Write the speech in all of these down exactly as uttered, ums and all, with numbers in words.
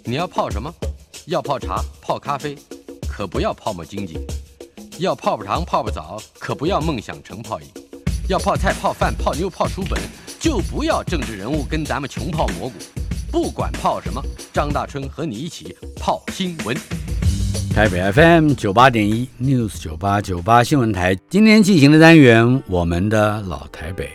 你要泡什么？要泡茶、泡咖啡，可不要泡沫经济；要泡泡糖、泡泡澡，可不要梦想成泡影；要泡菜、泡饭、泡妞、泡书本，就不要政治人物跟咱们穷泡蘑菇。不管泡什么，张大春和你一起泡新闻。 台北 F M 九八点一 News 九八九八新闻台，今天进行的单元，我们的老台北。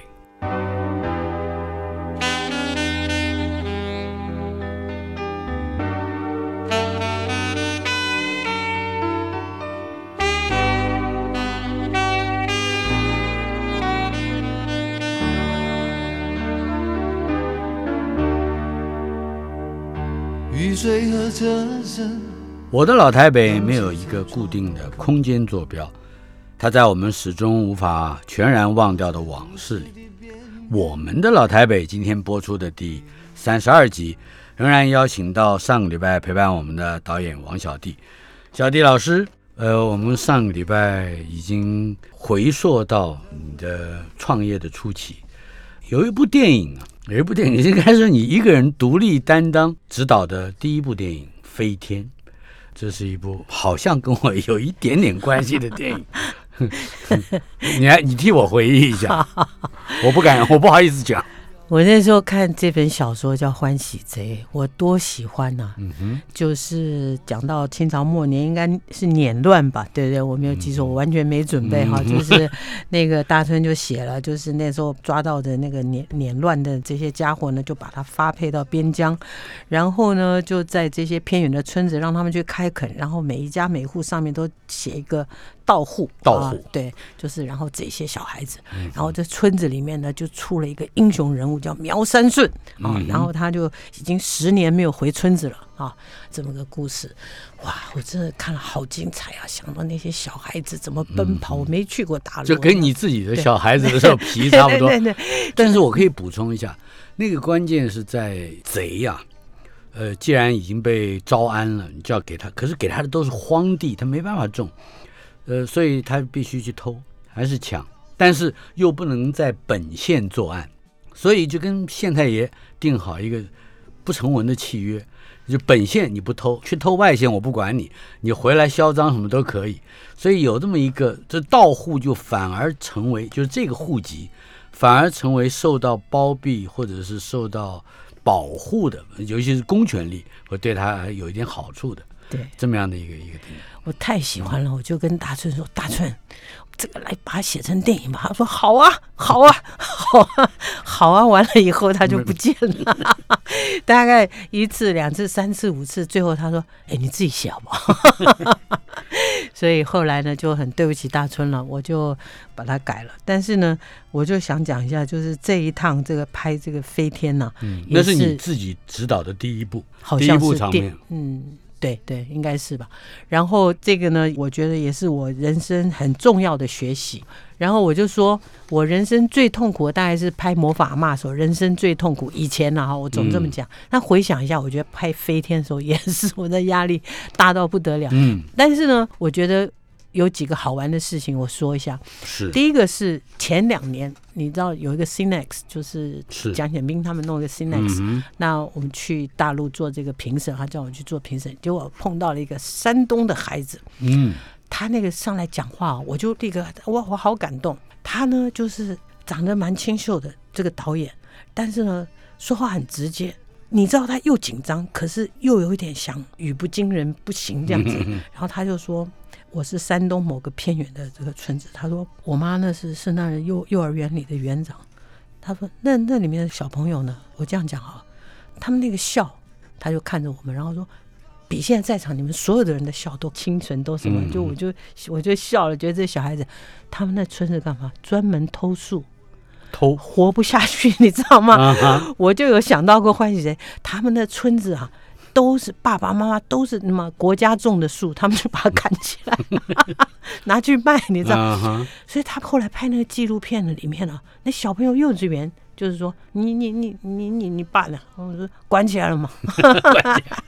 我的老台北没有一个固定的空间坐标，它在我们始终无法全然忘掉的往事里。我们的老台北今天播出的第三十二集，仍然邀请到上个礼拜陪伴我们的导演王小弟。小弟老师，呃，我们上个礼拜已经回溯到你的创业的初期，有一部电影啊，有一部电影应该是你一个人独立担当执导的第一部电影《飞天》。这是一部好像跟我有一点点关系的电影，你来，你替我回忆一下，我不敢，我不好意思讲。 我那时候看这本小说叫《欢喜贼》，我多喜欢啊！嗯哼，就是讲到清朝末年，应该是捻乱吧，对不对？我没有记错，我完全没准备哈、嗯。就是那个大春就写了，就是那时候抓到的那个捻捻乱的这些家伙呢，就把它发配到边疆，然后呢，就在这些偏远的村子让他们去开垦，然后每一家每户上面都写一个盗户， 盗户、啊、 对，就是然后这些小孩子，然后这村子里面呢就出了一个英雄人物。叫苗三顺啊、嗯，然后他就已经十年没有回村子了啊，这么个故事，哇，我真的看了好精彩啊！想到那些小孩子怎么奔跑，嗯、我没去过大陆， 就跟你自己的小孩子的时候皮差不多。 对对对对对， 但是我可以补充一下，那个关键是在贼呀、啊，呃，既然已经被招安了，你就要给他，可是给他的都是荒地，他没办法种，呃，所以他必须去偷还是抢，但是又不能在本县作案。所以就跟县太爷定好一个不成文的契约，就本县你不偷，去偷外县我不管你，你回来销赃什么都可以。所以有这么一个，这盗户就反而成为，就是这个户籍反而成为受到包庇或者是受到保护的，尤其是公权力会对他有一点好处的， 对， 这么样的一个一个地方。 我太喜欢了，我就跟大春说，大春，这个来把它写成电影吧。他说好啊，好啊，好啊，好啊。完了以后他就不见了，大概一次、两次、三次、五次，最后他说：“哎，你自己写好不好？”所以后来呢，就很对不起大春了，我就把它改了。但是呢，我就想讲一下，就是这一趟这个拍这个飞天呢、啊嗯，那是你自己指导的第一部， 好像是第一部场面， 嗯。对对，应该是吧。然后这个呢，我觉得也是我人生很重要的学习。然后我就说，我人生最痛苦的大概是拍《魔法阿嬷》的时候，人生最痛苦。以前呢、啊，我总这么讲。那、嗯、回想一下，我觉得拍《飞天》的时候也是我的压力大到不得了。嗯，但是呢，我觉得有几个好玩的事情，我说一下。 是， 第一个是前两年，你知道有一个 Cinex， 就是蒋显彬他们弄一个 Cinex，、嗯、那我们去大陆做这个评审，他叫我去做评审，结果我碰到了一个山东的孩子，嗯，他那个上来讲话，我就立刻我我好感动。他呢就是长得蛮清秀的这个导演，但是呢说话很直接。你知道他又紧张，可是又有一点想语不惊人不行这样子。然后他就说，我是山东某个偏远的这个村子。他说我妈呢是圣诞人幼幼儿园里的园长。他说那那里面的小朋友呢，我这样讲好了，他们那个笑，他就看着我们，然后说比现在在场你们所有的人的笑都清纯都什么，就我就我就笑了，觉得这小孩子他们那村子干嘛？专门偷树。 偷活不下去，你知道吗？ uh-huh. 我就有想到过欢喜谁，他们的村子啊，都是爸爸妈妈都是那么国家种的树，他们就把它砍起来拿去卖，你知道、uh-huh. 所以他后来拍那个纪录片的里面啊，那小朋友幼稚园就是说你你你你你你爸呢？我说关起来了嘛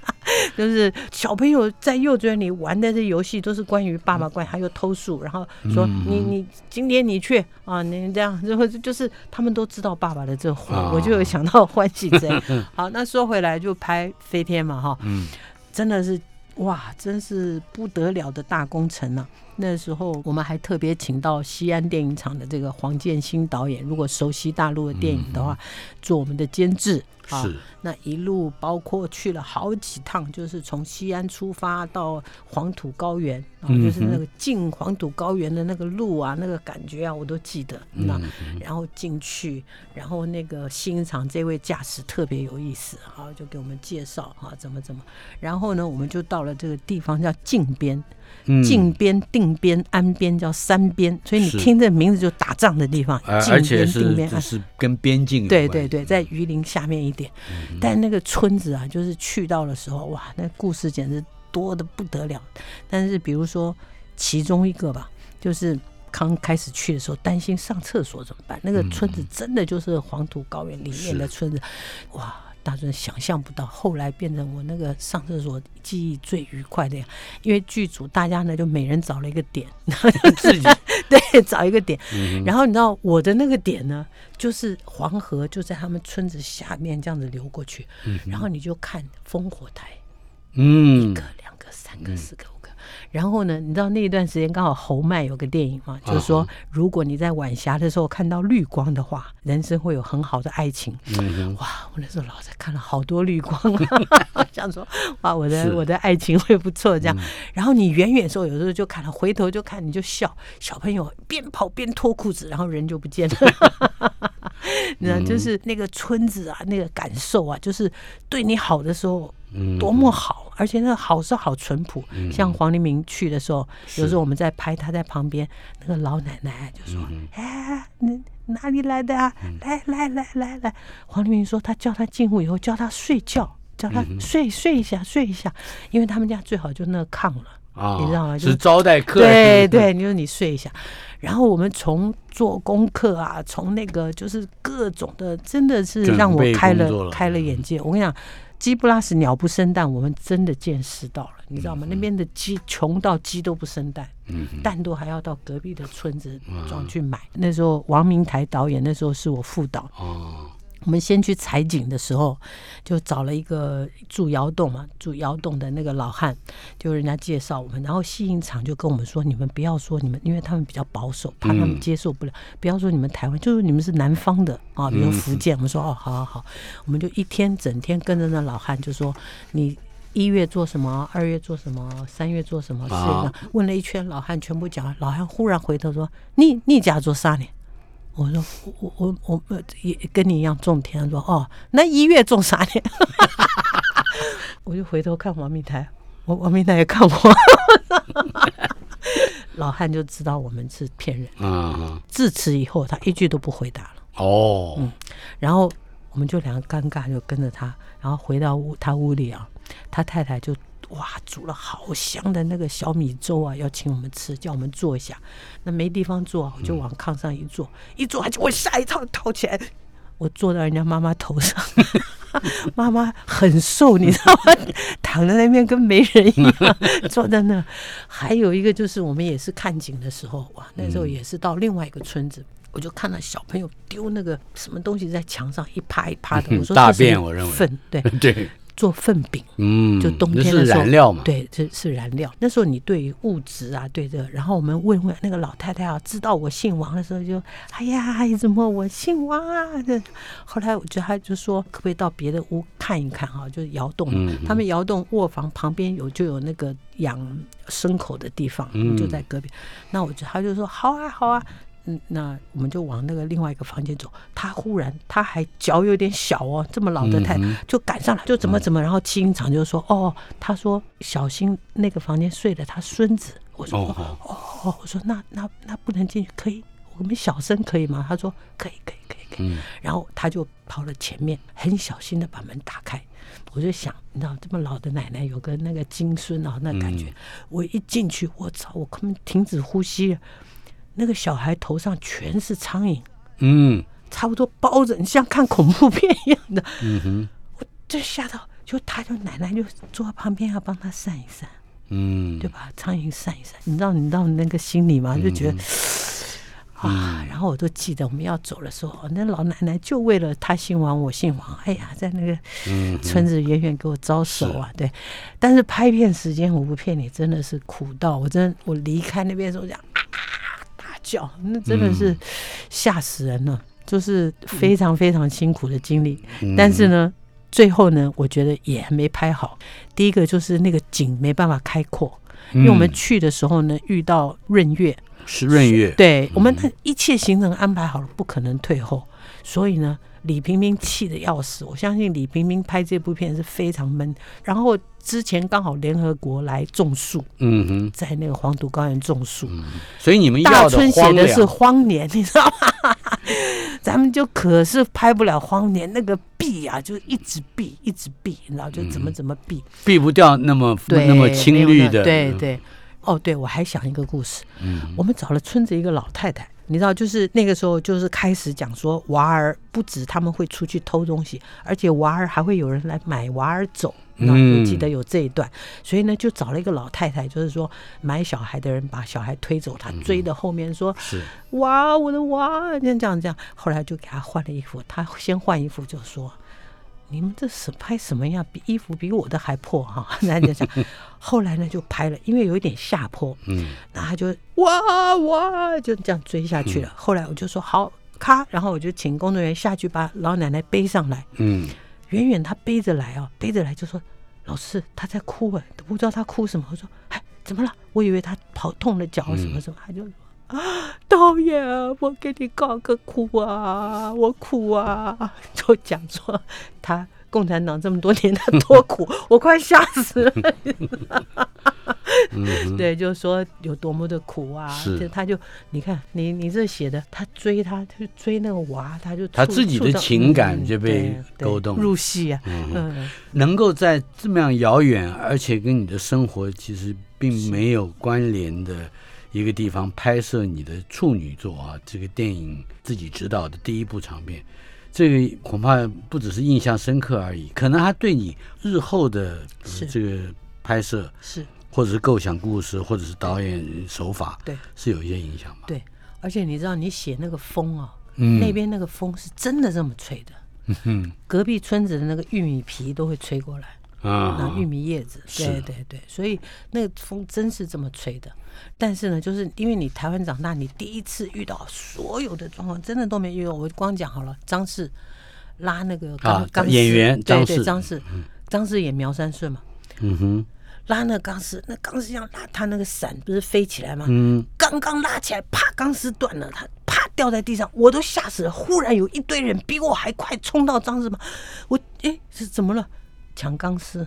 就是小朋友在幼稚园里玩的这游戏都是关于爸爸关于还有偷树，然后说、嗯、你你今天你去啊，你这样，然后就是他们都知道爸爸的这活、哦，我就有想到欢喜贼。好，那说回来就拍飞天嘛哈，嗯，真的是哇，真是不得了的大工程啊！那时候我们还特别请到西安电影厂的这个黄建新导演，如果熟悉大陆的电影的话，嗯、做我们的监制。啊，那一路包括去了好几趟，就是从西安出发到黄土高原，然后就是那个进黄土高原的那个路啊，那个感觉啊，我都记得。那然后进去，然后那个新厂这位驾驶特别有意思，好，就给我们介绍啊，怎么怎么。然后呢，我们就到了这个地方叫靖边。靖边、定边、安边叫三边，所以你听这名字就打仗的地方。 而且是就是跟边境有关。 对对对，在榆林下面一点。嗯、但那个村子啊，就是去到的时候，哇，那故事简直多得不得了。但是比如说其中一个吧，就是刚开始去的时候担心上厕所怎么办？那个村子真的就是黄土高原里面的村子，哇！大家想象不到，后来变成我那个上厕所记忆最愉快的呀，因为剧组大家呢就每人找了一个点，自己对找一个点、嗯，然后你知道我的那个点呢，就是黄河就在他们村子下面这样子流过去，嗯、然后你就看烽火台，嗯，一个、两个、三个、四个。嗯然后呢，你知道那一段时间刚好侯麦有个电影嘛，就是说如果你在晚霞的时候看到绿光的话，人生会有很好的爱情。嗯、哇，我那时候老在看了好多绿光啊，想说哇，我的我的爱情会不错这样。嗯、然后你远远的时候，有时候就看了，回头就看你就笑，小朋友边跑边脱裤子，然后人就不见了。那就是那个村子啊，那个感受啊，就是对你好的时候多么好，而且那个好是好淳朴。嗯、像黄黎明去的时候，有时候我们在拍，他在旁边，那个老奶奶就说：“哎、嗯，你哪里来的啊？嗯、来来来来来。”黄黎明说，他叫他进屋以后，叫他睡觉，叫他睡、嗯、睡一下，睡一下，因为他们家最好就那个炕了。哦、你知道吗？ 就是招待客人。 对对，你说你睡一下，然后我们从做功课啊，从那个就是各种的，真的是让我开了, 了开了眼界。我跟你讲，鸡不拉屎，鸟不生蛋，我们真的见识到了，你知道吗？嗯、那边的鸡穷到鸡都不生蛋，嗯、蛋都还要到隔壁的村子庄去买。嗯、那时候王明台导演，那时候是我副导。哦。我们先去采景的时候，就找了一个住窑洞嘛，住窑洞的那个老汉，就人家介绍我们，然后戏影厂就跟我们说，你们不要说你们，因为他们比较保守，怕他们接受不了，嗯、不要说你们台湾，就是你们是南方的啊，比如福建，嗯、我们说哦，好好好，我们就一天整天跟着那老汉，就说你一月做什么，二月做什么，三月做什么，四月呢？问了一圈，老汉全部讲完，老汉忽然回头说，你你家做啥呢？我说我我我我也跟你一样种田。他说哦，那一月种啥呢？我就回头看王明台，我王明台也看我，老汉就知道我们是骗人。嗯，自此以后他一句都不回答了。哦，嗯，然后我们就两个尴尬，就跟着他，然后回到屋他屋里啊，他太太就。哇，煮了好香的那个小米粥啊，要请我们吃，叫我们坐一下。那没地方坐，我就往炕上一坐，一坐他就会吓一跳，套起来。我坐到人家妈妈头上，妈妈很瘦，你知道吗？躺在那边跟没人一样，坐在那。还有一个就是我们也是看景的时候，哇，那时候也是到另外一个村子。我就看到小朋友丢那个什么东西在墙上一趴一趴的，我说大便，我认为粪，对对。 做粪饼，嗯，就冬天的时候， 是燃料嘛？ 对，这是燃料。那时候你对于物质啊，对这个，然后我们问问那个老太太啊，知道我姓王的时候就，哎呀，怎么我姓王啊？后来我觉得他就说，可不可以到别的屋看一看哈、啊？就是窑洞，嗯、他们窑洞卧房旁边有就有那个养牲口的地方，嗯、就在隔壁。那我就他就说好啊，好啊。嗯，那我们就往那个另外一个房间走。他忽然他还脚有点小哦，这么老的太太、嗯、就赶上来，就怎么怎么，然后七影厂就说哦，他说小心那个房间睡了他孙子。我说哦哦，我说那那那不能进去，可以，我们小声可以吗？他说可以可以可以可以、嗯。然后他就跑了前面，很小心的把门打开。我就想，你知道这么老的奶奶有个那个金孙啊，那感觉，嗯、我一进去，我操，我根本停止呼吸了。那个小孩头上全是苍蝇，嗯，差不多包着，你像看恐怖片一样的，嗯哼，我就吓到， 就他就奶奶就坐在旁边要帮他扇一扇， 嗯， 对吧？苍蝇扇一扇，你知道你知道那个心里吗？就觉得。嗯、啊，然后我都记得我们要走的时候，那老奶奶就为了她姓王我姓王，哎呀，在那个村子远远给我招手啊，嗯、对。但是拍片时间我不骗你，真的是苦到我真的我离开那边的时候这样啊大叫，那真的是吓死人了，嗯、就是非常非常辛苦的经历。嗯、但是呢，最后呢，我觉得也没拍好。第一个就是那个景没办法开阔，因为我们去的时候呢遇到闰月。 是闰月， 对、嗯、我们一切行程安排好了，不可能退后。所以呢，李萍萍气得要死。我相信李萍萍拍这部片是非常闷。然后之前刚好联合国来种树，嗯哼，在那个黄土高原种树、嗯， 所以你们要的大春写的是荒年，你知道吗？咱们就可是拍不了荒年，那个避啊，就一直避，一直避，你知道就怎么怎么避， 避不掉那么那么青绿的， 对对。哦，对，我还想一个故事。嗯，我们找了村子一个老太太，你知道，就是那个时候就是开始讲说，娃儿不止他们会出去偷东西，而且娃儿还会有人来买娃儿走。嗯，我记得有这一段，所以呢，就找了一个老太太，就是说买小孩的人把小孩推走，他追到后面说：“是娃，我的娃。”这样这样这样，后来就给他换了衣服，他先换衣服就说。你们这是拍什么样？比衣服比我的还破哈！那就讲，后来呢就拍了，因为有一点下坡，嗯，然后他就哇哇就这样追下去了。嗯、后来我就说好咔，然后我就请工作人员下去把老奶奶背上来。嗯，远远他背着来啊，背着来就说老师他在哭哎，都不知道他哭什么。我说哎怎么了？我以为他跑痛了脚什么什么，嗯、他就说。啊，导演，我给你告个哭啊，我哭啊，就讲说他共产党这么多年他多苦，我快吓死了。嗯、对，就说有多么的苦啊，就他就你看你你这写的，他追他就追那个娃，他就他自己的情感就被勾动、 嗯、入戏啊，嗯， 嗯能够在这么样遥远，而且跟你的生活其实并没有关联的。一个地方拍摄你的处女作啊，这个电影自己执导的第一部长片，这个恐怕不只是印象深刻而已，可能还对你日后的、呃、这个拍摄是， 或者是构想故事，或者是导演手法， 对， 是有一些影响吧。 对，而且你知道，你写那个风啊，嗯、那边那个风是真的这么吹的，嗯、隔壁村子的那个玉米皮都会吹过来。啊，那玉米叶子，对对对，所以那个风真是这么吹的。但是呢，就是因为你台湾长大，你第一次遇到所有的状况，真的都没遇到。我光讲好了，张氏拉那个钢钢、啊、 演员张氏， 对对，张氏，张氏演苗山顺嘛，嗯哼，拉那个钢丝，那钢丝要拉，他那个伞不是飞起来吗？嗯，刚刚拉起来，啪，钢丝断了，他啪掉在地上，我都吓死了。忽然有一堆人比我还快冲到张氏嘛，我哎是怎么了？抢钢丝，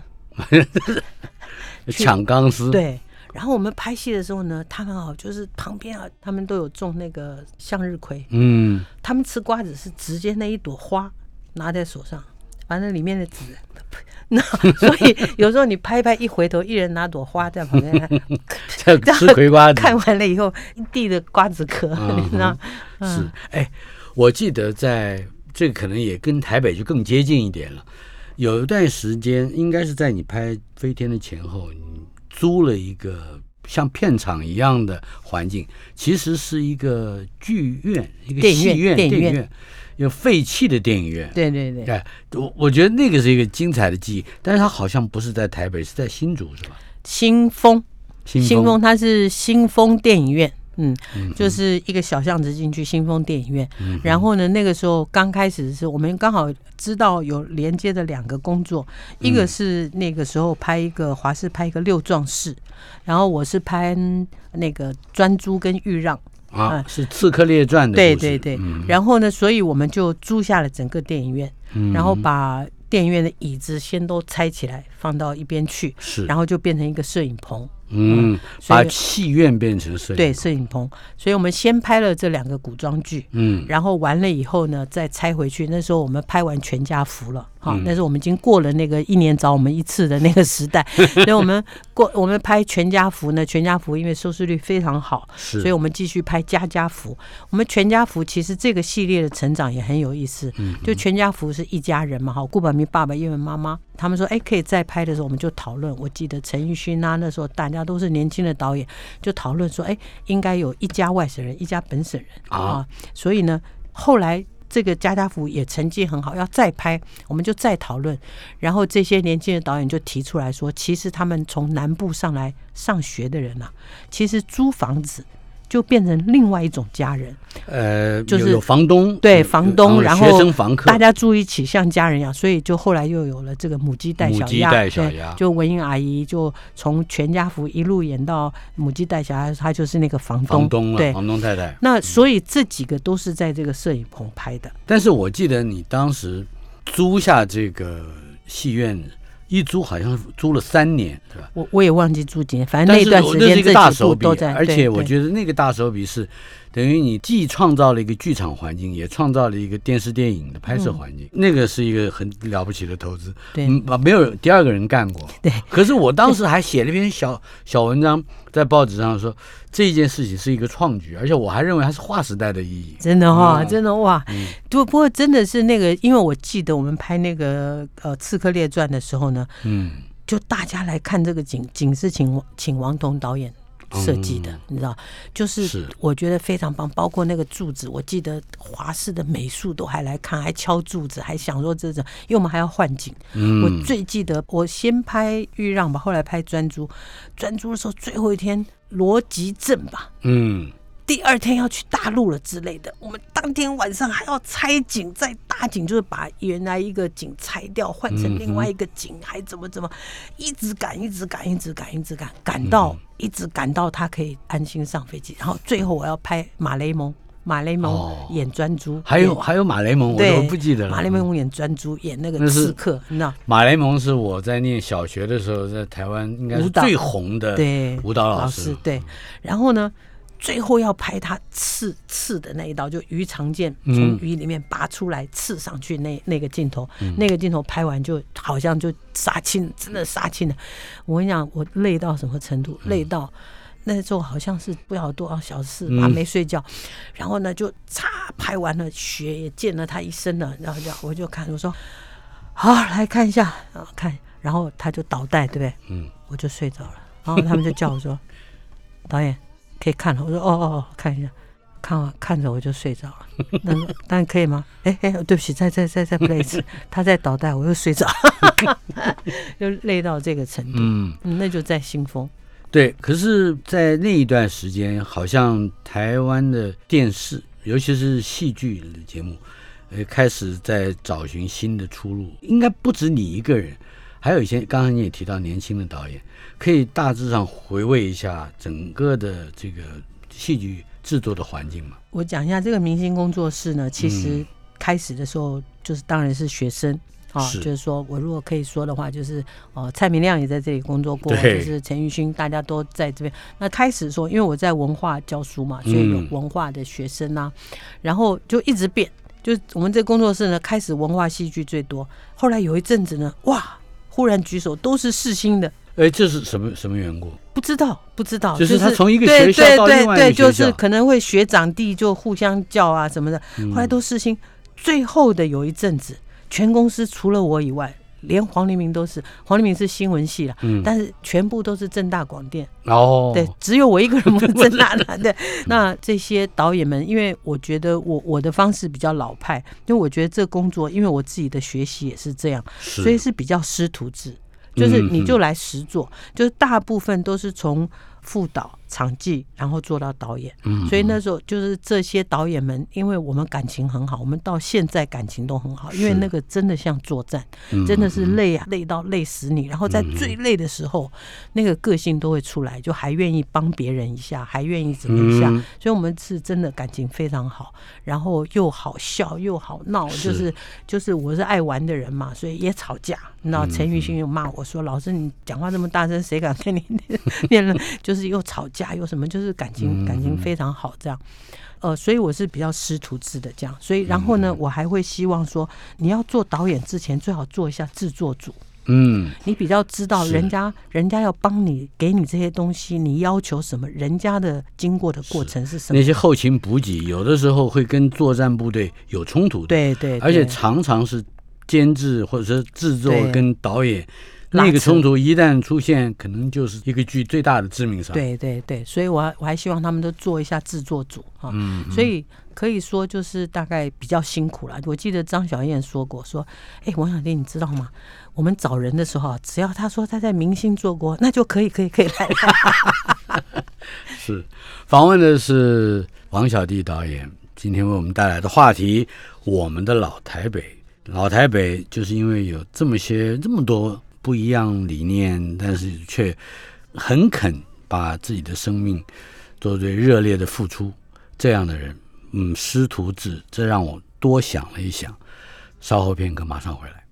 抢钢丝， 对。然后我们拍戏的时候呢，他们啊，就是旁边啊，他们都有种那个向日葵，嗯，他们吃瓜子是直接那一朵花拿在手上，反正里面的籽，那所以有时候你拍一拍，一回头，一人拿朵花在旁边， 在吃葵瓜子， 看完了以后，一地的瓜子壳，嗯、你知道？ 嗯、是，哎，我记得在这个可能也跟台北就更接近一点了。有一段时间，应该是在你拍《飞天》的前后，你租了一个像片场一样的环境，其实是一个剧院，一个戏院， 电影院， 院有废弃的电影院。 对对对， 对，我我觉得那个是一个精彩的记忆，但是它好像不是在台北，是在新竹，是吧？ 新丰，新丰，它是新丰电影院。嗯，就是一个小巷子进去新丰电影院，嗯、然后呢，那个时候刚开始是我们刚好知道有连接的两个工作，一个是那个时候拍一个华视拍一个六壮士，然后我是拍那个专诸跟豫让啊，嗯、是《刺客列传》的故事， 对对对，嗯、然后呢，所以我们就租下了整个电影院，嗯、然后把电影院的椅子先都拆起来放到一边去，是，然后就变成一个摄影棚。 嗯，把戏院变成摄影棚， 对，摄影棚。所以我们先拍了这两个古装剧，嗯，然后完了以后呢，再拆回去。那时候我们拍完全家福了， 好，但是我们已经过了那个一年找我们一次的那个时代，所以我们过我们拍全家福呢，全家福因为收视率非常好，所以我们继续拍家家福。我们全家福其实这个系列的成长也很有意思，就全家福是一家人嘛，好，顾宝明爸爸、叶文妈妈，他们说哎可以再拍的时候，我们就讨论。我记得陈奕迅啊，那时候大家都是年轻的导演，就讨论说哎应该有一家外省人，一家本省人啊，所以呢后来。这个家家福也成绩很好，要再拍，我们就再讨论。然后这些年轻的导演就提出来说，其实他们从南部上来上学的人啊，其实租房子就变成另外一种家人。 呃， 就是有房东， 对房东，然后学生房客， 大家住一起像家人一样，所以就后来又有了这个母鸡带小鸭，母鸡带小鸭， 就文英阿姨就从全家福一路演到母鸡带小鸭，她就是那个房东， 房东了， 对， 房东太太。 那所以这几个都是在这个摄影棚拍的。 但是我记得你当时租下这个戏院。一租好像租了三年，是吧？ 我我也忘记租几年，反正那段时间这几部都在。 而且我觉得那个大手笔是等于你既创造了一个剧场环境，也创造了一个电视电影的拍摄环境，嗯、那个是一个很了不起的投资。 对， 嗯，没有第二个人干过。 对。 可是我当时还写了一篇小小文章在报纸上说，这件事情是一个创举，而且我还认为它是划时代的意义。 真的哈、哦嗯，真的哇！ 嗯、 不不过真的是那个，因为我记得我们拍那个呃《刺客列传》的时候呢，嗯。就大家来看这个景，景是请请王彤导演设计的、嗯，你知道，就是我觉得非常棒。包括那个柱子，我记得华视的美术都还来看，还敲柱子，还想说这种，因为我们还要换景。嗯、我最记得我先拍豫让吧，后来拍专诸，专诸的时候最后一天罗集镇吧，嗯。第二天要去大陆了之类的，我们当天晚上还要拆景，再搭景，就是把原来一个景拆掉，换成另外一个景，还怎么怎么，一直赶，一直赶，一直赶，一直赶，赶到一直赶到他可以安心上飞机。然后最后我要拍马雷蒙，马雷蒙演专诸、哦， 还有还有马雷蒙，我都不记得了。 马雷蒙演专诸，演那个刺客，你知道？ 马雷蒙是我在念小学的时候，在台湾应该是最红的舞蹈老师。 对，然后呢？最后要拍他刺刺的那一刀，就鱼肠剑从鱼里面拔出来刺上去那那个镜头、嗯，那个镜头拍完就好像就杀青，真的杀青了。我跟你讲，我累到什么程度？嗯、累到那时候好像是不知道多少小时吧，没睡觉。嗯、然后呢，就嚓拍完了，血也溅了他一身了。然后就我就看，我说好来看一下，啊看，然后他就倒带，对不对？嗯，我就睡着了。然后他们就叫我说，导演。可以看了，我说哦哦哦，看一下，看完看着我就睡着了。那当然可以吗？哎哎，对不起，再再再再 play 一次，他在倒带，我又睡着，就累到这个程度。嗯，那就在新丰。 对，可是，在那一段时间，好像台湾的电视，尤其是戏剧的节目，呃，开始在找寻新的出路。应该不止你一个人。还有一些，刚刚你也提到年轻的导演，可以大致上回味一下整个的这个戏剧制作的环境嘛？ 我讲一下这个明星工作室呢，其实开始的时候就是当然是学生啊、哦，就是说我如果可以说的话，就是呃蔡明亮也在这里工作过，就是陈玉勋，大家都在这边。那开始说，因为我在文化教书嘛，所以有文化的学生啊，嗯、然后就一直变，就我们这工作室呢，开始文化戏剧最多，后来有一阵子呢，哇。忽然举手都是世新的， 哎，这是什么什么缘故？ 不知道，不知道， 就是他从一个学校到另外一个学校， 对对对对，就是可能会学长弟就互相叫啊什么的。后来都世新，最后的有一阵子，全公司除了我以外，连黄黎明都是，黄黎明是新闻系啦、嗯，但是全部都是政大广电哦，对，只有我一个人不是政大的。对，那这些导演们，因为我觉得我我的方式比较老派，因为我觉得这工作，因为我自己的学习也是这样，所以是比较师徒制，就是你就来实做，嗯、就是大部分都是从副导、场记，然后做到导演。嗯，所以那时候就是这些导演们，因为我们感情很好，我们到现在感情都很好，因为那个真的像作战，真的是累啊，累到累死你。然后在最累的时候，那个个性都会出来，就还愿意帮别人一下，还愿意怎么一下。所以我们是真的感情非常好，然后又好笑又好闹，就是就是我是爱玩的人嘛，所以也吵架。那陈玉勋又骂我说：“老师，你讲话这么大声，谁敢跟你念了？”就是又吵架又什么，就是感情感情非常好这样。 呃，所以我是比较师徒制的这样。所以然后呢，嗯、我还会希望说，你要做导演之前，最好做一下制作组。嗯，你比较知道人家人家要帮你给你这些东西，你要求什么，人家的经过的过程是什么？ 那些后勤补给有的时候会跟作战部队有冲突的， 对 对, 对， 而且常常是监制或者是制作跟导演那个冲突一旦出现，可能就是一个剧最大的致命伤。 对对对，所以我还我还希望他们都做一下制作组啊，嗯嗯，所以可以说就是大概比较辛苦了。我记得张小燕说过，说，哎，王小弟你知道吗？我们找人的时候，只要他说他在明星做过，那就可以可以可以来了。 是，访问的是王小弟导演，今天为我们带来的话题，我们的老台北。老台北就是因为有这么些这么多不一样理念，但是却很肯把自己的生命做最热烈的付出，这样的人，嗯，师徒制，这让我多想了一想。稍后片刻，马上回来。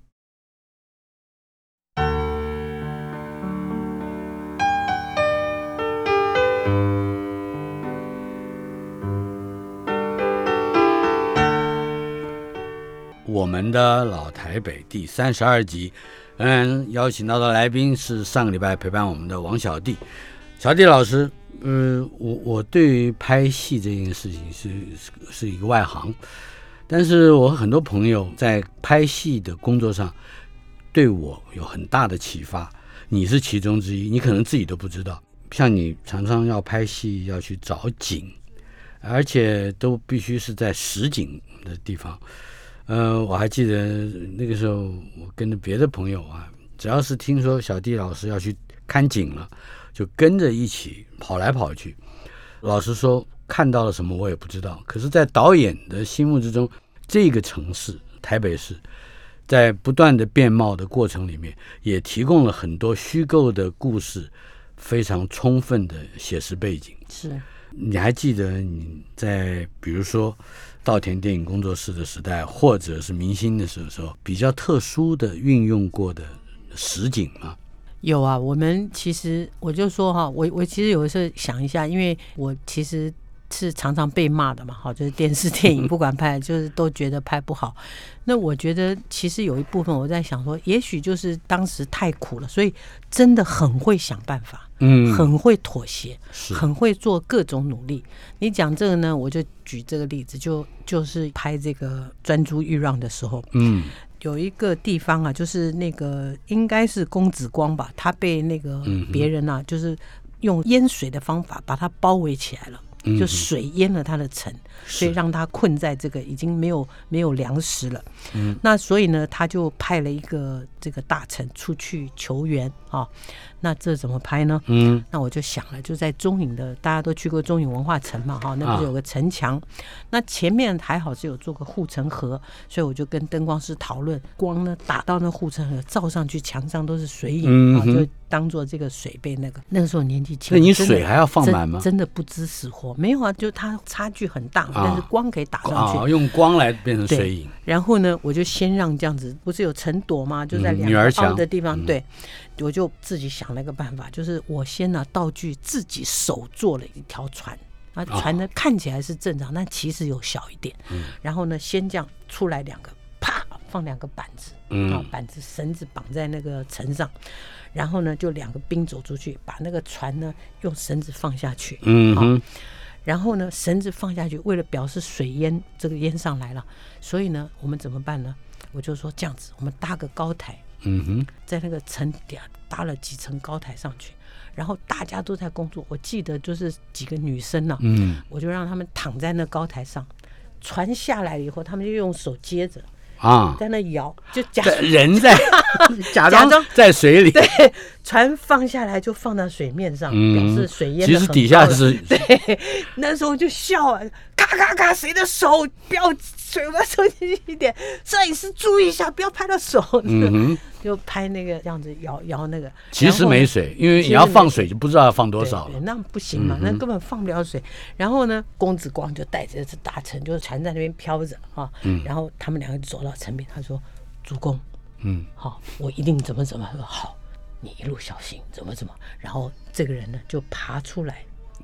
我们的老台北第三十二集，嗯，邀请到的来宾是上个礼拜陪伴我们的王小弟，小弟老师。呃，我我对于拍戏这件事情是是是一个外行，但是我很多朋友在拍戏的工作上对我有很大的启发，你是其中之一，你可能自己都不知道。像你常常要拍戏要去找景，而且都必须是在实景的地方。呃，我还记得那个时候，我跟着别的朋友啊，只要是听说小弟老师要去看景了，就跟着一起跑来跑去。老实说，看到了什么我也不知道。可是，在导演的心目之中，这个城市台北市，在不断的变貌的过程里面，也提供了很多虚构的故事，非常充分的写实背景。 是， 你还记得你在比如说稻田电影工作室的时代，或者是明星的时候，比较特殊的运用过的实景吗？ 有啊，我们其实我就说哈，我我其实有的时候想一下，因为我其实是常常被骂的嘛，好，就是电视电影不管拍，就是都觉得拍不好。那我觉得其实有一部分我在想说，也许就是当时太苦了，所以真的很会想办法，嗯，很会妥协，很会做各种努力。你讲这个呢，我就举这个例子，就就是拍这个专诸豫让的时候，嗯。有一个地方啊，就是那个应该是公子光吧，他被那个别人啊，就是用淹水的方法把他包围起来了，就水淹了他的城，所以让他困在这个已经没有没有粮食了。嗯，那所以呢，他就派了一个这个大臣出去求援啊。那这怎么拍呢？嗯，那我就想了，就在中影的，大家都去过中影文化城嘛，哈，那不是有个城墙？啊、那前面还好是有做个护城河，所以我就跟灯光师讨论，光呢打到那护城河，照上去墙上都是水影，嗯、啊，就当做这个水被那个。那个时候年纪轻， 那你水还要放满吗？ 真的不知死活，没有啊，就它差距很大，啊、但是光可以打上去， 啊，用光来变成水影。 然后呢，我就先让这样子，不是有城垛吗？就在两个凹的地方，嗯、对。我就自己想了一个办法，就是我先拿道具自己手做了一条船，啊，船呢看起来是正常，但其实有小一点。嗯、然后呢，先这样出来两个，啪放两个板子，嗯、啊，板子绳子绑在那个层上，然后呢就两个兵走出去，把那个船呢用绳子放下去，嗯哼、啊，然后呢绳子放下去，为了表示水淹这个淹上来了，所以呢我们怎么办呢？我就说这样子，我们搭个高台。嗯哼，在那个层底下搭了几层高台上去，然后大家都在工作。我记得就是几个女生呢、啊，嗯，我就让他们躺在那高台上，船下来了以后，他们就用手接着啊，在那摇，就假人在假装在水里， 对，船放下来就放到水面上，嗯、表示水淹。 其实底下是对，那时候就笑啊，咔咔咔，谁的手不要水把手进去一点，摄影师注意一下，不要拍到手。嗯，就拍那个这样子摇摇那个。 其实没水，因为你要放水就不知道要放多少了。 对对，那不行嘛，嗯、那根本放不了水。然后呢，公子光就带着这大臣，就是船在那边飘着啊。嗯、然后他们两个就走到城边，他说：“主公，嗯，好，我一定怎么怎么。”说好，你一路小心，怎么怎么。然后这个人呢就爬出来。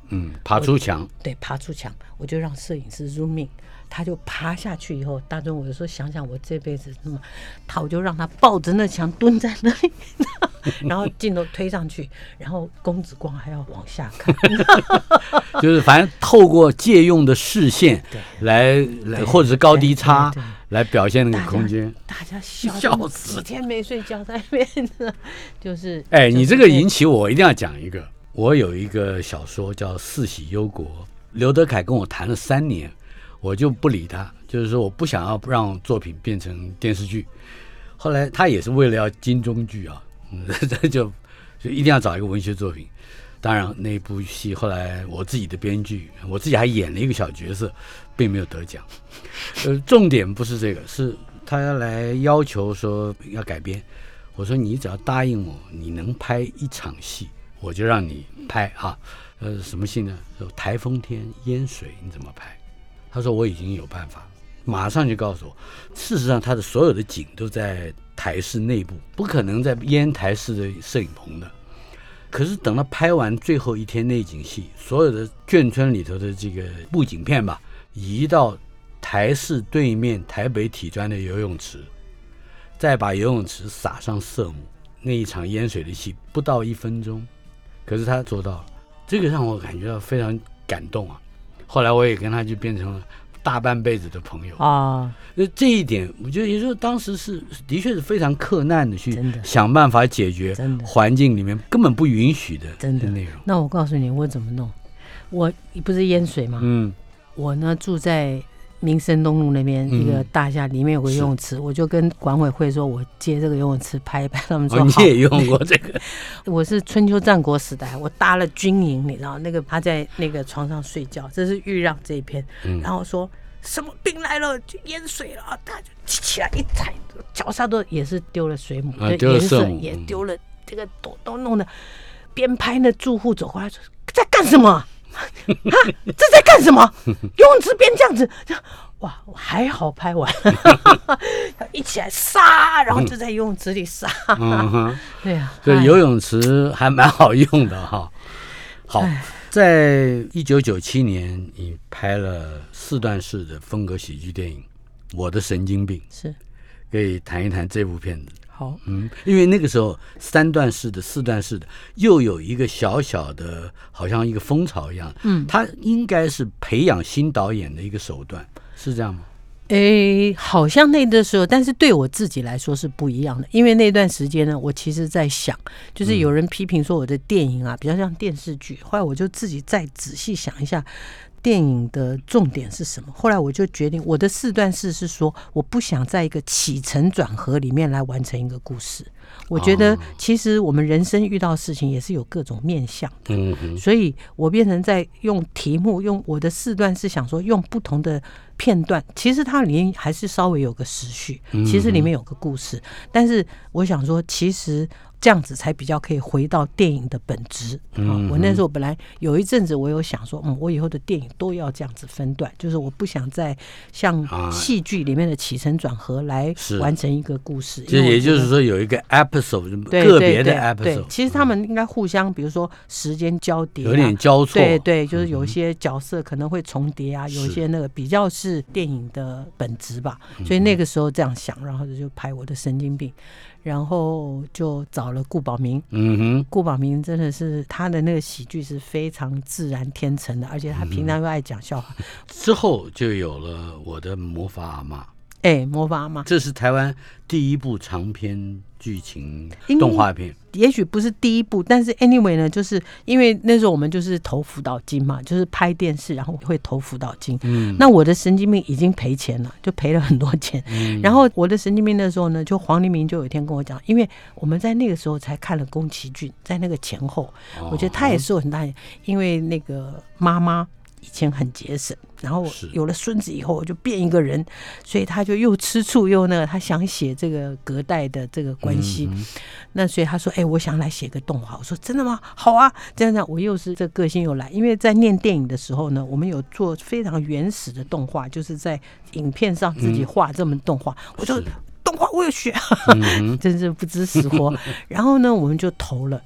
嗯，爬出墙， 对，爬出墙，我就让摄影师 zoom in，他就爬下去以后，大尊，我有时候想想我这辈子那么，他我就让他抱着那墙蹲在那里，然后镜头推上去，然后公子光还要往下看， 就是反正透过借用的视线来来或者是高低差来表现那个空间， 大家笑死，几天没睡觉在那边的，就是哎，你这个引起我一定要讲一个，我有一个小说叫《四喜忧国》，刘德凯跟我谈了三年。我就不理他，就是说我不想要让作品变成电视剧。后来他也是为了要金钟剧啊，嗯，就就一定要找一个文学作品。当然那部戏后来我自己的编剧，我自己还演了一个小角色，并没有得奖。呃，重点不是这个，是他来要求说要改编。我说你只要答应我，你能拍一场戏，我就让你拍啊。呃，什么戏呢？台风天淹水，你怎么拍？他说我已经有办法，马上就告诉我。事实上他的所有的景都在台视内部，不可能在淹台视的摄影棚的。可是等到拍完最后一天内景戏，所有的眷村里头的这个布景片吧，移到台视对面台北体专的游泳池，再把游泳池撒上色母，那一场淹水的戏不到一分钟，可是他做到了，这个让我感觉到非常感动啊。后来我也跟他就变成了大半辈子的朋友啊，这一点我觉得也就是当时是的确是非常克难的去想办法解决环境里面根本不允许的内容。 那我告诉你我怎么弄，我不是淹水吗？嗯，我呢住在民生东路那边一个大厦，里面有个游泳池，我就跟管委会说我借这个游泳池拍一拍，他们说、 哦、你也用过这个我是春秋战国时代，我搭了军营，你知道那个他在那个床上睡觉，这是豫让这一篇、嗯、然后说什么兵来了就淹水了，他就起来一踩脚下都也是丢了水母、啊、 丢了色母也丢了这个都都弄得边拍那住户走过来说在干什么啊，这在干什么？游泳池边这样子，哇，还好拍完，一起来杀，然后就在游泳池里杀。嗯、对啊， 对，游泳池还蛮好用的哈。好，在一九九七年，你拍了四段式的风格喜剧电影《我的神经病》，是可以谈一谈这部片子。 好， 嗯，因为那个时候三段式的、四段式的，又有一个小小的，好像一个风潮一样，嗯，它应该是培养新导演的一个手段，是这样吗？ 诶，好像那个时候，但是对我自己来说是不一样的，因为那段时间呢，我其实在想，就是有人批评说我的电影啊比较像电视剧，后来我就自己再仔细想一下。电影的重点是什么？后来我就决定，我的四段式是说，我不想在一个起承转合里面来完成一个故事。我觉得其实我们人生遇到的事情也是有各种面向的，嗯、所以我变成在用题目，用我的四段是想说用不同的片段，其实它里面还是稍微有个时序，其实里面有个故事，但是我想说，其实。这样子才比较可以回到电影的本质、嗯、我那时候本来有一阵子我有想说嗯，我以后的电影都要这样子分段，就是我不想再像戏剧里面的起承转合来完成一个故事， 就也就是说有一个 episode 个别的 episode， 对，其实他们应该互相比如说时间交叠、啊、 有点交错， 对对，就是有一些角色可能会重叠啊、嗯、有一些那个比较是电影的本质吧，所以那个时候这样想，然后就拍我的神经病，然后就找了顾宝明，嗯哼，顾宝明真的是他的那个喜剧是非常自然天成的，而且他平常又爱讲笑话、嗯。 之后就有了我的魔法阿嬷， 哎，魔法阿嬷， 这是台湾第一部长篇剧情动画片。 也许不是第一部，但是 anyway 呢，就是因为那时候我们就是投辅导金嘛，就是拍电视然后会投辅导金、嗯、那我的神经病已经赔钱了，就赔了很多钱、嗯、然后我的神经病的时候呢，就黄黎明就有一天跟我讲，因为我们在那个时候才看了宫崎骏，在那个前后、哦、我觉得他也是有很大，因为那个妈妈以前很节省，然后有了孙子以后就变一个人，所以他就又吃醋又那个，他想写这个隔代的这个关系、嗯、那所以他说哎、欸，我想来写个动画，我说真的吗？好啊，这样这样，我又是这个性又来，因为在念电影的时候呢，我们有做非常原始的动画，就是在影片上自己画这么动画、嗯、我就动画我有学、嗯、真是不知死活然后呢我们就投了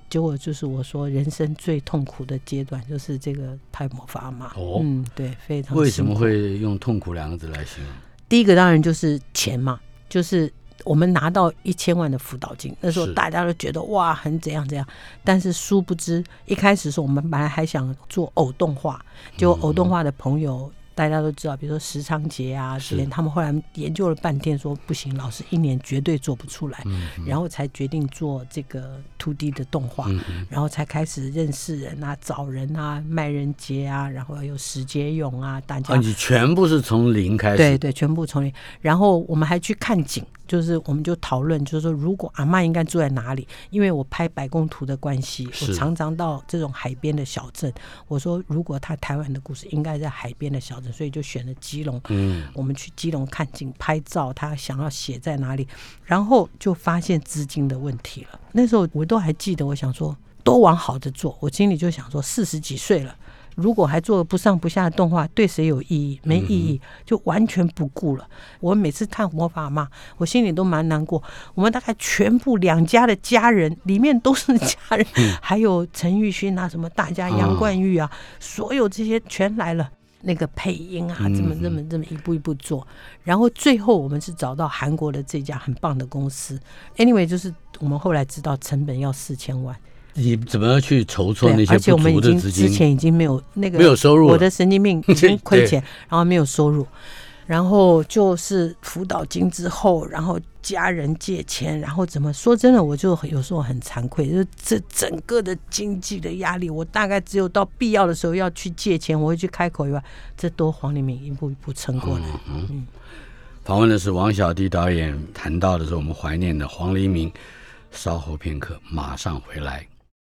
结果就是我说人生最痛苦的阶段就是这个拍魔法阿嬷。 哦， 嗯，对，非常辛苦。 为什么会用痛苦两个字来形容？ 第一个当然就是钱嘛，就是我们拿到一千万的辅导金，那时候大家都觉得哇很怎样怎样，但是殊不知一开始是我们本来还想做偶动画，结果偶动画的朋友、嗯、大家都知道，比如说石昌杰啊之类，他们后来研究了半天说不行，老师一年绝对做不出来、嗯、然后才决定做这个 二 D 的动画、嗯、然后才开始认识人啊，找人啊，卖人节啊，然后有史杰勇啊，大家、 啊、你全部是从零开始？ 对对，全部从零。然后我们还去看景，就是我们就讨论，就是说如果阿嬷应该住在哪里，因为我拍百工图的关系，我常常到这种海边的小镇，我说如果他台湾的故事应该在海边的小镇，所以就选了基隆、嗯、我们去基隆看景拍照，他想要写在哪里，然后就发现资金的问题了。那时候我都还记得，我想说多往好的做，我心里就想说四十几岁了，如果还做不上不下的动画，对谁有意义？没意义，就完全不顾了。我每次看魔法阿嬷，我心里都蛮难过。我们大概全部两家的家人里面都是家人，嗯、还有陈玉勋啊，什么大家杨冠玉啊、哦，所有这些全来了。那个配音啊，这么这么这么一步一步做，然后最后我们是找到韩国的这家很棒的公司。Anyway， 就是我们后来知道成本要四千万。 你怎么去筹措那些不足的资金？而且我们已经之前已经没有那个没有收入， 我的神经病已经亏钱，然后没有收入，然后就是辅导金之后，然后家人借钱，然后怎么说真的，我就有时候很惭愧，就是这整个的经济的压力，我大概只有到必要的时候要去借钱，我会去开口以外，这都黄黎明一步一步撑过来。嗯嗯嗯。 访问的是王小棣导演，谈到的是我们怀念的黄黎明。稍后片刻，马上回来。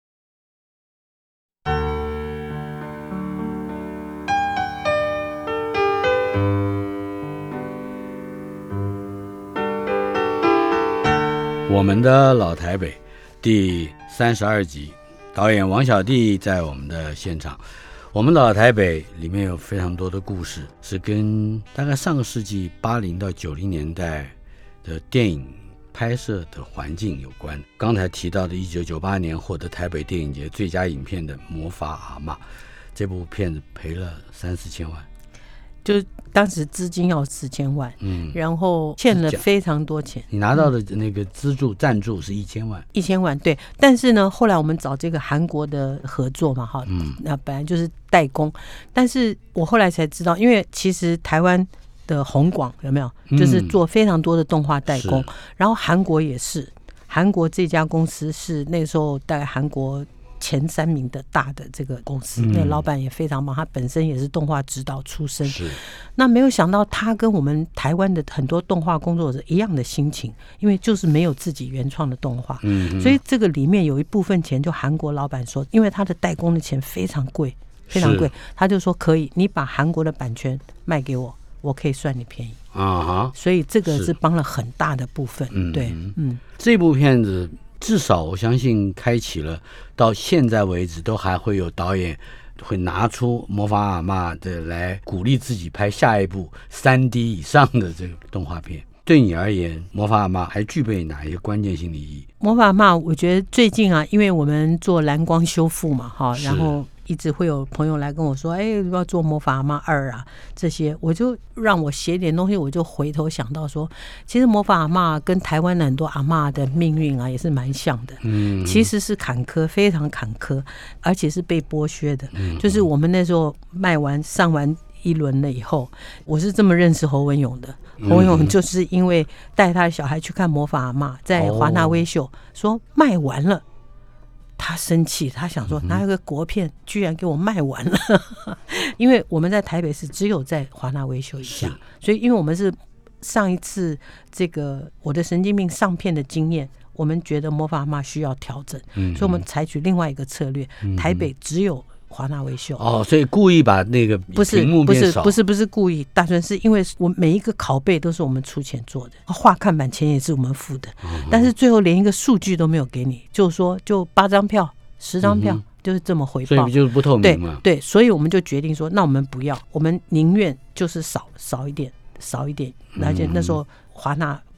我们的老台北第三十二集，导演王小棣在我们的现场。我们的老台北里面有非常多的故事，是跟大概上个世纪八零到九零年代的电影拍摄的环境有关。刚才提到的一九九八年获得台北电影节最佳影片的《魔法阿嬷》，这部片子赔了三四千万， 就当时资金要四千万，嗯，然后欠了非常多钱。 你拿到的那个资助、嗯、赞助是一千万， 一千万对。但是呢，后来我们找这个韩国的合作嘛，哈，嗯，那本来就是代工，但是我后来才知道，因为其实台湾的宏广有没有，就是做非常多的动画代工，嗯、然后韩国也是，韩国这家公司是那时候大概韩国前三名的大的这个公司，嗯、那个老板也非常棒，他本身也是动画指导出身。是，那没有想到他跟我们台湾的很多动画工作者一样的心情，因为就是没有自己原创的动画，嗯，所以这个里面有一部分钱，就韩国老板说，因为他的代工的钱非常贵，非常贵，他就说可以，你把韩国的版权卖给我，我可以算你便宜啊，所以这个是帮了很大的部分。嗯，对，嗯， 这部片子。至少我相信开启了到现在为止都还会有导演会拿出魔法阿嬷的来鼓励自己拍下一部 三 D 以上的这个动画片。对你而言，魔法阿嬷还具备哪一些关键性的意义？ 魔法阿嬷我觉得最近啊，因为我们做蓝光修复嘛，哈，然后一直会有朋友来跟我说，哎，要做魔法阿嬷二啊，这些我就让我写点东西，我就回头想到说，其实魔法阿嬷跟台湾的很多阿嬷的命运啊也是蛮像的，嗯，其实是坎坷，非常坎坷，而且是被剥削的，嗯，就是我们那时候卖完上完一轮了以后，我是这么认识侯文勇的。侯文勇就是因为带他的小孩去看魔法阿嬷，在华纳威秀，说卖完了。他生气，他想说哪有个国片居然给我卖完了因为我们在台北市只有在华纳威秀一家，所以因为我们是上一次这个我的神经病上片的经验，我们觉得魔法阿嬷需要调整，嗯、所以我们采取另外一个策略，嗯、台北只有华纳威秀。 哦，所以故意把那个屏幕变少？ 不是不是不是故意，大纯是因为我每一个拷贝都是我们出钱做的，画看板钱也是我们付的，嗯、但是最后连一个数据都没有给你，就是说就八张票十张票，嗯、就是这么回报， 所以就是不透明嘛。 对对，所以我们就决定说，那我们不要，我们宁愿就是少少一点少一点，而且那时候华纳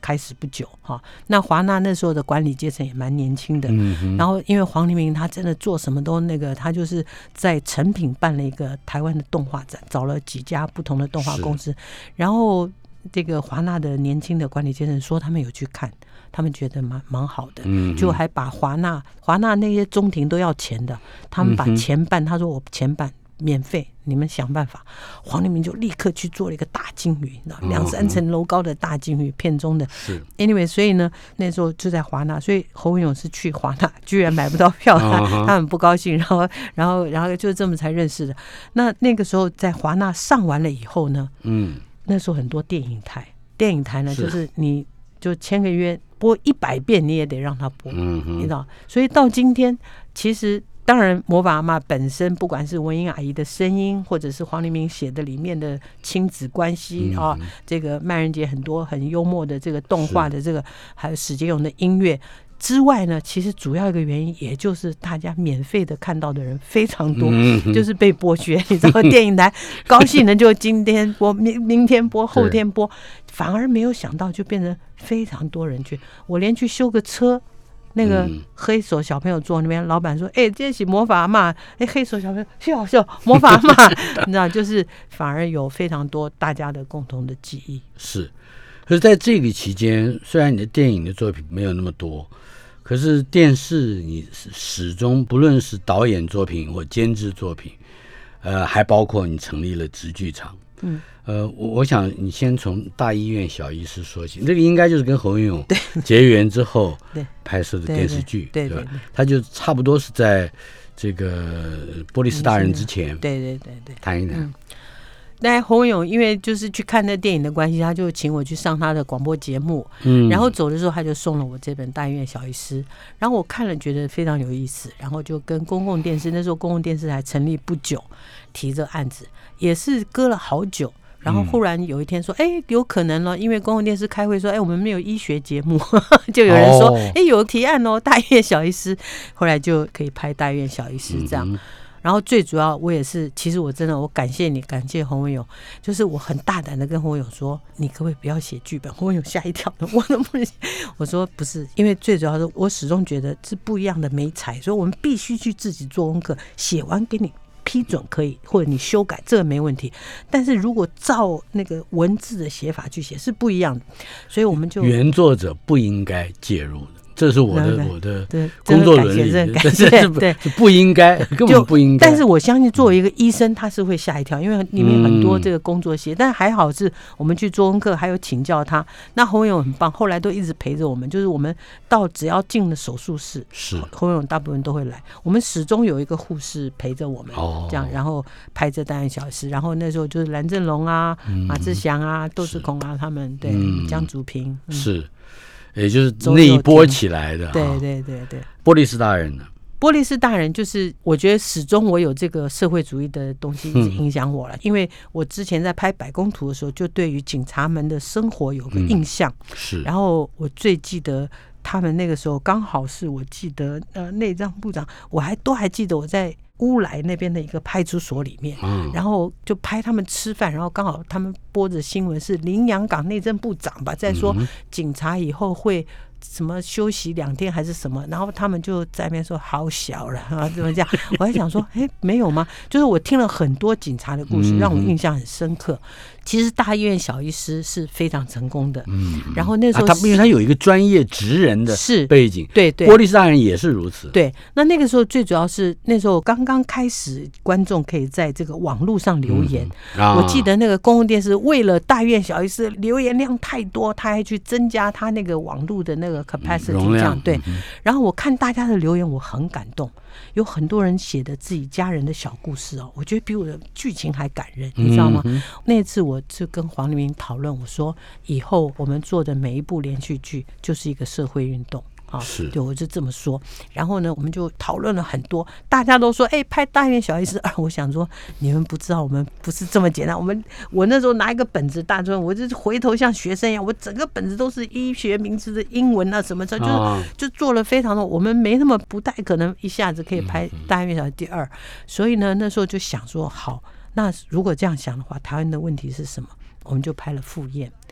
开始不久哈。那华纳那时候的管理阶层也蛮年轻的， 嗯、 然后因为黄黎明他真的做什么都那个，他就是在成品办了一个台湾的动画展，找了几家不同的动画公司，然后这个华纳的年轻的管理阶层说他们有去看，他们觉得蛮蛮好的， 嗯、 就还把华纳华纳那些中庭都要钱的，他们把钱办，他说我钱办免费，你们想办法。黄黎明就立刻去做了一个大鲸鱼，两三层楼高的大鲸鱼，片中的。anyway， 所以呢，那时候就在华纳，所以侯文咏是去华纳，居然买不到票，他他很不高兴，然后然后然后就这么才认识的。那那个时候在华纳上完了以后呢，嗯，那时候很多电影台，电影台呢就是你就签个约，播一百遍你也得让他播，嗯，你知道，所以到今天其实。当然魔法阿嬷本身不管是文英阿姨的声音，或者是黄黎明写的里面的亲子关系、嗯、啊，这个曼人杰很多很幽默的这个动画的这个，还有史杰勇的音乐之外呢，其实主要一个原因也就是大家免费的看到的人非常多，嗯、就是被剥削，你知道电影台高兴的就今天播明明天播后天播，反而没有想到就变成非常多人去，我连去修个车那个黑手小朋友坐那边，老板说：“哎、欸，这是魔法阿嬷。”哎，黑手小朋友笑笑，魔法阿嬷，你知道，就是反而有非常多大家的共同的记忆。 是，可是在这个期间，虽然你的电影的作品没有那么多，可是电视你始终不论是导演作品或监制作品，呃，还包括你成立了直剧场。嗯。呃，我我想你先从大医院小医师说起，这个应该就是跟侯文咏结缘之后拍摄的电视剧， 对对 对, 对, 对, 对, 对, 对吧？他就差不多是在这个波利斯大人之前， 对对对对， 谈一谈。 嗯，那侯文咏因为就是去看那电影的关系，他就请我去上他的广播节目，嗯，然后走的时候他就送了我这本《大医院小医师》，然后我看了觉得非常有意思，然后就跟公共电视，那时候公共电视还成立不久，提这案子，也是搁了好久。然后忽然有一天说，哎、欸，有可能了，因为公共电视开会说，哎、欸，我们没有医学节目，就有人说，哎、欸，有提案哦，大医院小医师，后来就可以拍大医院小医师这样。嗯、然后最主要，我也是，其实我真的，我感谢你，感谢侯文咏，就是我很大胆的跟侯文咏说，你可不可以不要写剧本？侯文咏吓一跳，我能不能？我说不是，因为最主要是我始终觉得是不一样的媒材，所以我们必须去自己做功课，写完给你。批准可以，或者你修改，这个没问题。但是如果照那个文字的写法去写是不一样的，所以我们就原作者不应该介入的，这是我的对对我的对工作伦理， 这感谢，对对， 不应该，根本不应该。 但是我相信作为一个医生，他是会吓一跳，因为里面很多这个工作写，嗯、但还好是我们去做功课，还有请教他。那侯文咏很棒，后来都一直陪着我们，就是我们到只要进了手术室， 是侯文咏大部分都会来，我们始终有一个护士陪着我们，哦、这样，然后拍这大院小时，然后那时候就是蓝正龙啊、嗯、马志祥啊、窦志孔啊他们，对，嗯、江祖平、嗯、 是。也就是那一波起来的， 对对对对。 波利斯大人呢？ 波利斯大人就是我觉得始终我有这个社会主义的东西一直影响我了，嗯、因为我之前在拍百工图的时候，就对于警察们的生活有个印象， 嗯、是。 然后我最记得他们那个时候刚好是我记得呃内政部长，我还都还记得我在乌来那边的一个派出所里面，嗯、然后就拍他们吃饭，然后刚好他们播着新闻是林洋港内政部长吧，在说警察以后会什么休息两天还是什么，然后他们就在那边说好小了啊，怎么这样？我还想说，哎，没有吗？就是我听了很多警察的故事，让我印象很深刻。其实大医院小医师是非常成功的，嗯，然后那时候、 啊、他因为他有一个专业职人的背景， 对对， 波利斯大人也是如此。 对，那那个时候最主要是那时候刚刚开始，观众可以在这个网络上留言。嗯啊、我记得那个公共电视为了大医院小医师留言量太多，他还去增加他那个网络的那个 capacity， 容量， 对。 嗯、 然后我看大家的留言，我很感动，有很多人写的自己家人的小故事哦，我觉得比我的剧情还感人，你知道吗？嗯、那次我就跟黄黎明讨论，我说以后我们做的每一部连续剧就是一个社会运动。啊，对，我就这么说。然后呢，我们就讨论了很多，大家都说，哎、欸，拍大医院小医师二。我想说，你们不知道，我们不是这么简单。我们我那时候拿一个本子，大专，我就回头像学生一样，我整个本子都是医学名词的英文啊什么的，就是、哦、就做了非常多。我们没那么不太可能一下子可以拍大医院小医师第二，所以呢，那时候就想说，好，那如果这样想的话，台湾的问题是什么？我们就拍了赴宴。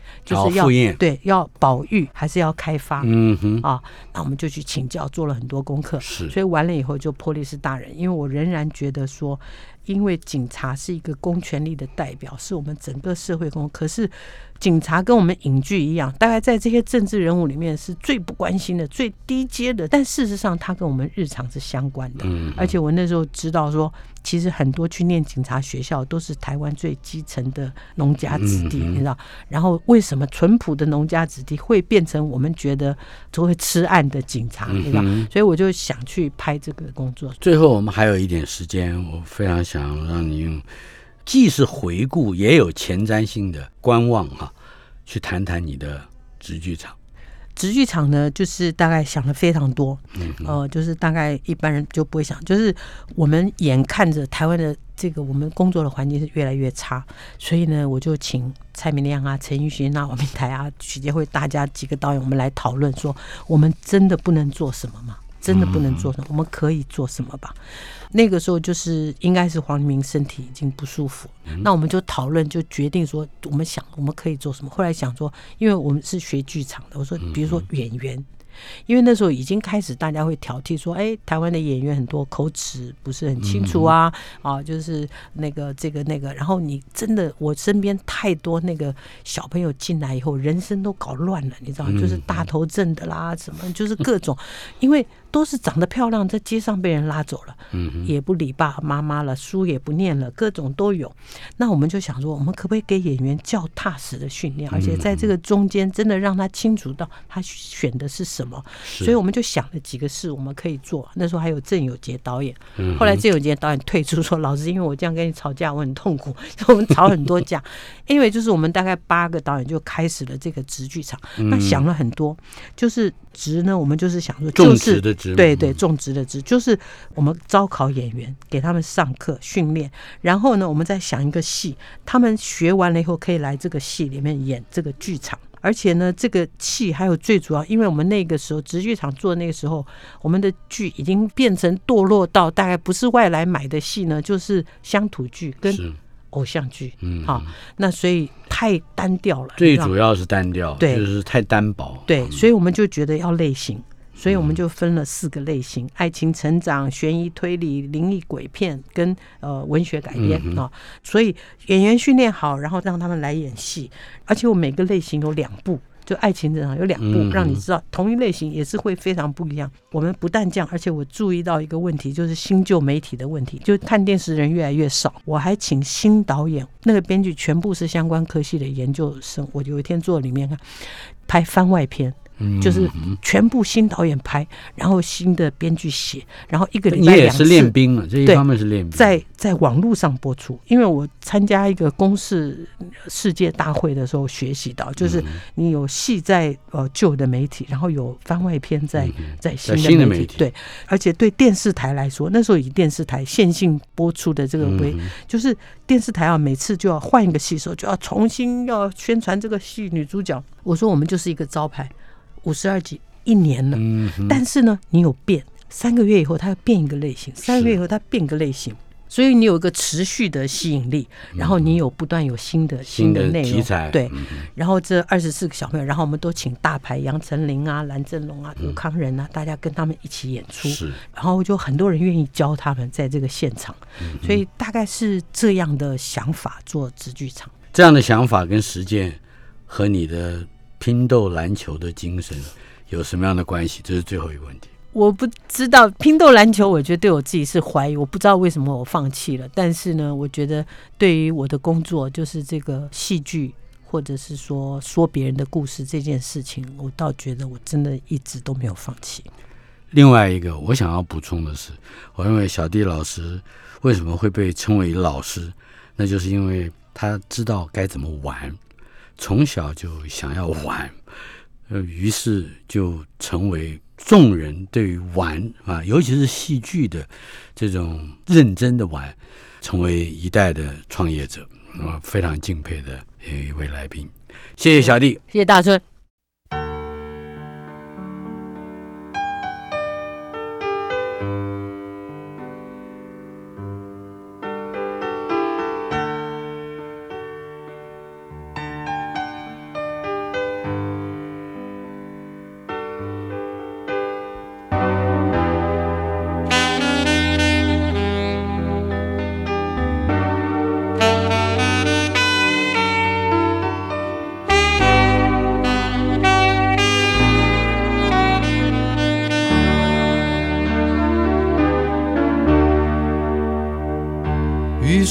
就是要、 哦、 对要保育还是要开发， 嗯哼啊，那我们就去请教，做了很多功课， 是， 所以完了以后就波利斯大人，因为我仍然觉得说，因为警察是一个公权力的代表，是我们整个社会公，可是警察跟我们影剧一样，大概在这些政治人物里面是最不关心的、最低阶的，但事实上他跟我们日常是相关的。 嗯， 而且我那时候知道说，其实很多去念警察学校都是台湾最基层的农家子弟， 嗯、 你知道？然后为什么淳朴的农家子弟会变成我们觉得都会吃案的警察？你知道？ 嗯、 所以我就想去拍这个工作。 最后我们还有一点时间，我非常想让你用既是回顾也有前瞻性的观望哈、啊，去谈谈你的直剧场。 直剧场呢，就是大概想了非常多， 嗯、 呃，就是大概一般人就不会想，就是我们眼看着台湾的这个我们工作的环境是越来越差，所以呢，我就请蔡明亮啊、陈奕迅啊、王明台啊、许杰辉大家几个导演，我们来讨论说，我们真的不能做什么吗？真的不能做什么？我们可以做什么吧？那个时候就是应该是黄黎明身体已经不舒服，嗯、那我们就讨论，就决定说，我们想我们可以做什么。后来想说，因为我们是学剧场的，我说，比如说演员。因为那时候已经开始大家会挑剔说，哎，台湾的演员很多口齿不是很清楚啊，嗯、啊，就是那个这个那个，然后你真的，我身边太多那个小朋友进来以后，人生都搞乱了，你知道，就是大头症的啦，什么就是各种，因为都是长得漂亮，在街上被人拉走了，嗯，也不理爸爸妈妈了，书也不念了，各种都有。那我们就想说，我们可不可以给演员较踏实的训练，而且在这个中间真的让他清楚到他选的是什么。所以我们就想了几个事我们可以做。那时候还有郑有杰导演，后来郑有杰导演退出说，老师因为我这样跟你吵架我很痛苦，所以我们吵很多架。因为就是我们大概八个导演就开始了这个直剧场，那想了很多，就是直呢我们就是想说、就是、 种植的植， 对对，种植的植，就是我们招考演员给他们上课训练，然后呢我们再想一个戏，他们学完了以后可以来这个戏里面演这个剧场。而且呢，这个戏还有最主要，因为我们那个时候直剧场做的那个时候，我们的剧已经变成堕落到大概不是外来买的戏呢，就是乡土剧跟偶像剧，嗯，好，那所以太单调了。 最主要是单调， 对， 就是太单薄。 对，所以我们就觉得要类型。所以我们就分了四个类型：爱情成长、悬疑推理、灵异鬼片跟呃文学改编啊、哦。所以演员训练好，然后让他们来演戏，而且我每个类型有两部。就爱情成长有两部，让你知道同一类型也是会非常不一样。我们不但这样，而且我注意到一个问题，就是新旧媒体的问题，就看电视人越来越少。我还请新导演，那个编剧全部是相关科系的研究生。我有一天坐里面看拍番外篇。就是全部新导演拍，然后新的编剧写，然后一个礼拜两次。 你也是练兵了，这一方面是练兵。 在在网络上播出，因为我参加一个公视世界大会的时候学习到，就是你有戏在呃旧的媒体，然后有番外篇在在新的媒体， 新的媒体对，而且对电视台来说，那时候以电视台线性播出的这个为，就是电视台啊，每次就要换一个戏的时候，就要重新要宣传这个戏女主角。我说我们就是一个招牌。五十二集一年了、嗯，但是呢，你有变，三个月以后它要变一个类型，三个月以后它变一个类型，所以你有一个持续的吸引力，然后你有不断有新的、嗯、新的内容， 题材对、嗯。然后这二十四个小朋友，然后我们都请大牌杨丞琳啊、蓝正龙啊、吴康仁啊、嗯，大家跟他们一起演出，是。然后就很多人愿意教他们在这个现场，嗯、所以大概是这样的想法做直剧场。 这样的想法跟实践和你的拼斗篮球的精神有什么样的关系？这是最后一个问题。 我不知道拼斗篮球，我觉得对我自己是怀疑，我不知道为什么我放弃了。但是呢，我觉得对于我的工作，就是这个戏剧，或者是说说别人的故事这件事情，我倒觉得我真的一直都没有放弃。 另外一个我想要补充的是，我认为小弟老师为什么会被称为老师，那就是因为他知道该怎么玩。从小就想要玩，呃，于是就成为众人对于玩啊，尤其是戏剧的这种认真的玩，成为一代的创业者。我非常敬佩的一位来宾，谢谢小弟， 谢谢大春。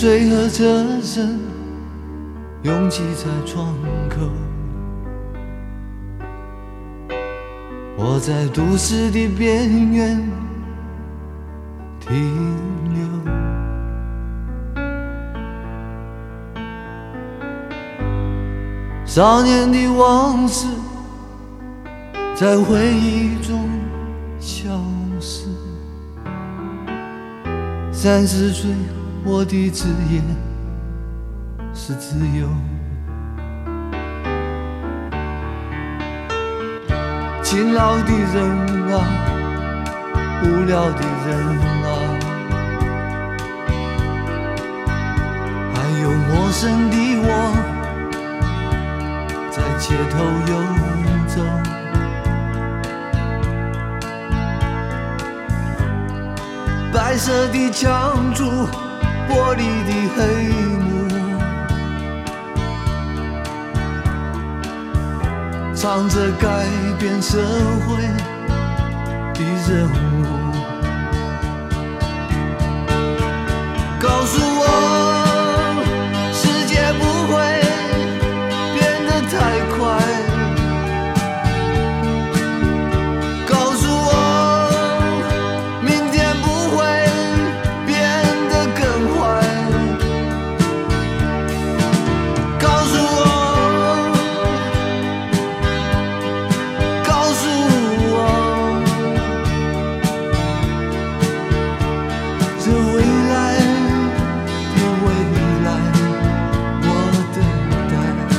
水和车声拥挤在窗口，我在都市的边缘停留。少年的往事在回忆中消失，三十岁我的职业是自由，勤劳的人啊，无聊的人啊，还有陌生的我在街头游走，白色的墙柱，玻璃的黑幕，唱着改变社会的任务，告诉我世界不会变得太快，告诉我明天不会变得更坏，告诉我告诉我这未来的未来我等待。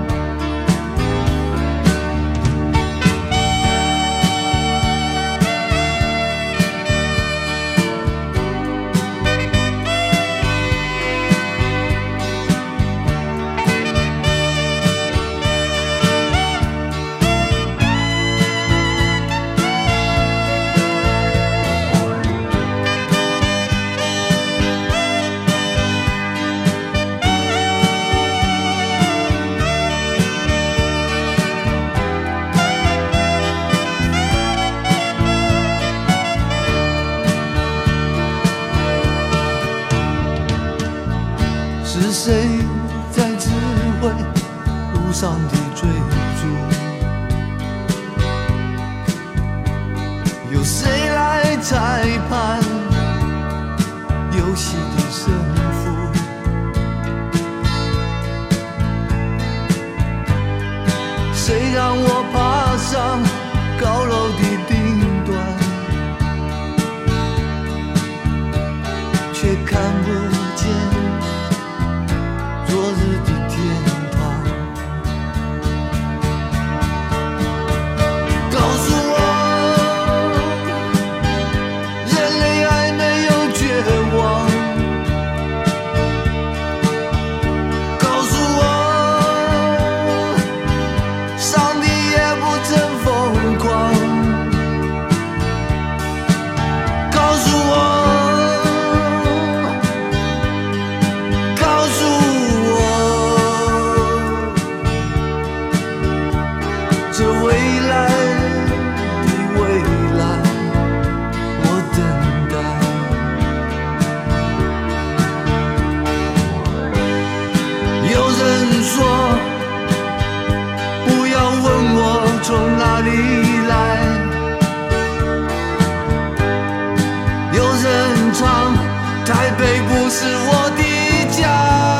是谁在指挥路上的追逐？由谁来裁判游戏的胜负？谁让我爬上高楼的顶端，却看不见昨日的天堂？告诉我人类还没有绝望，告诉我上帝也不曾疯狂，告诉我这未来的未来我等待。有人说不要问我从哪里来，有人唱台北不是我的家，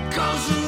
告诉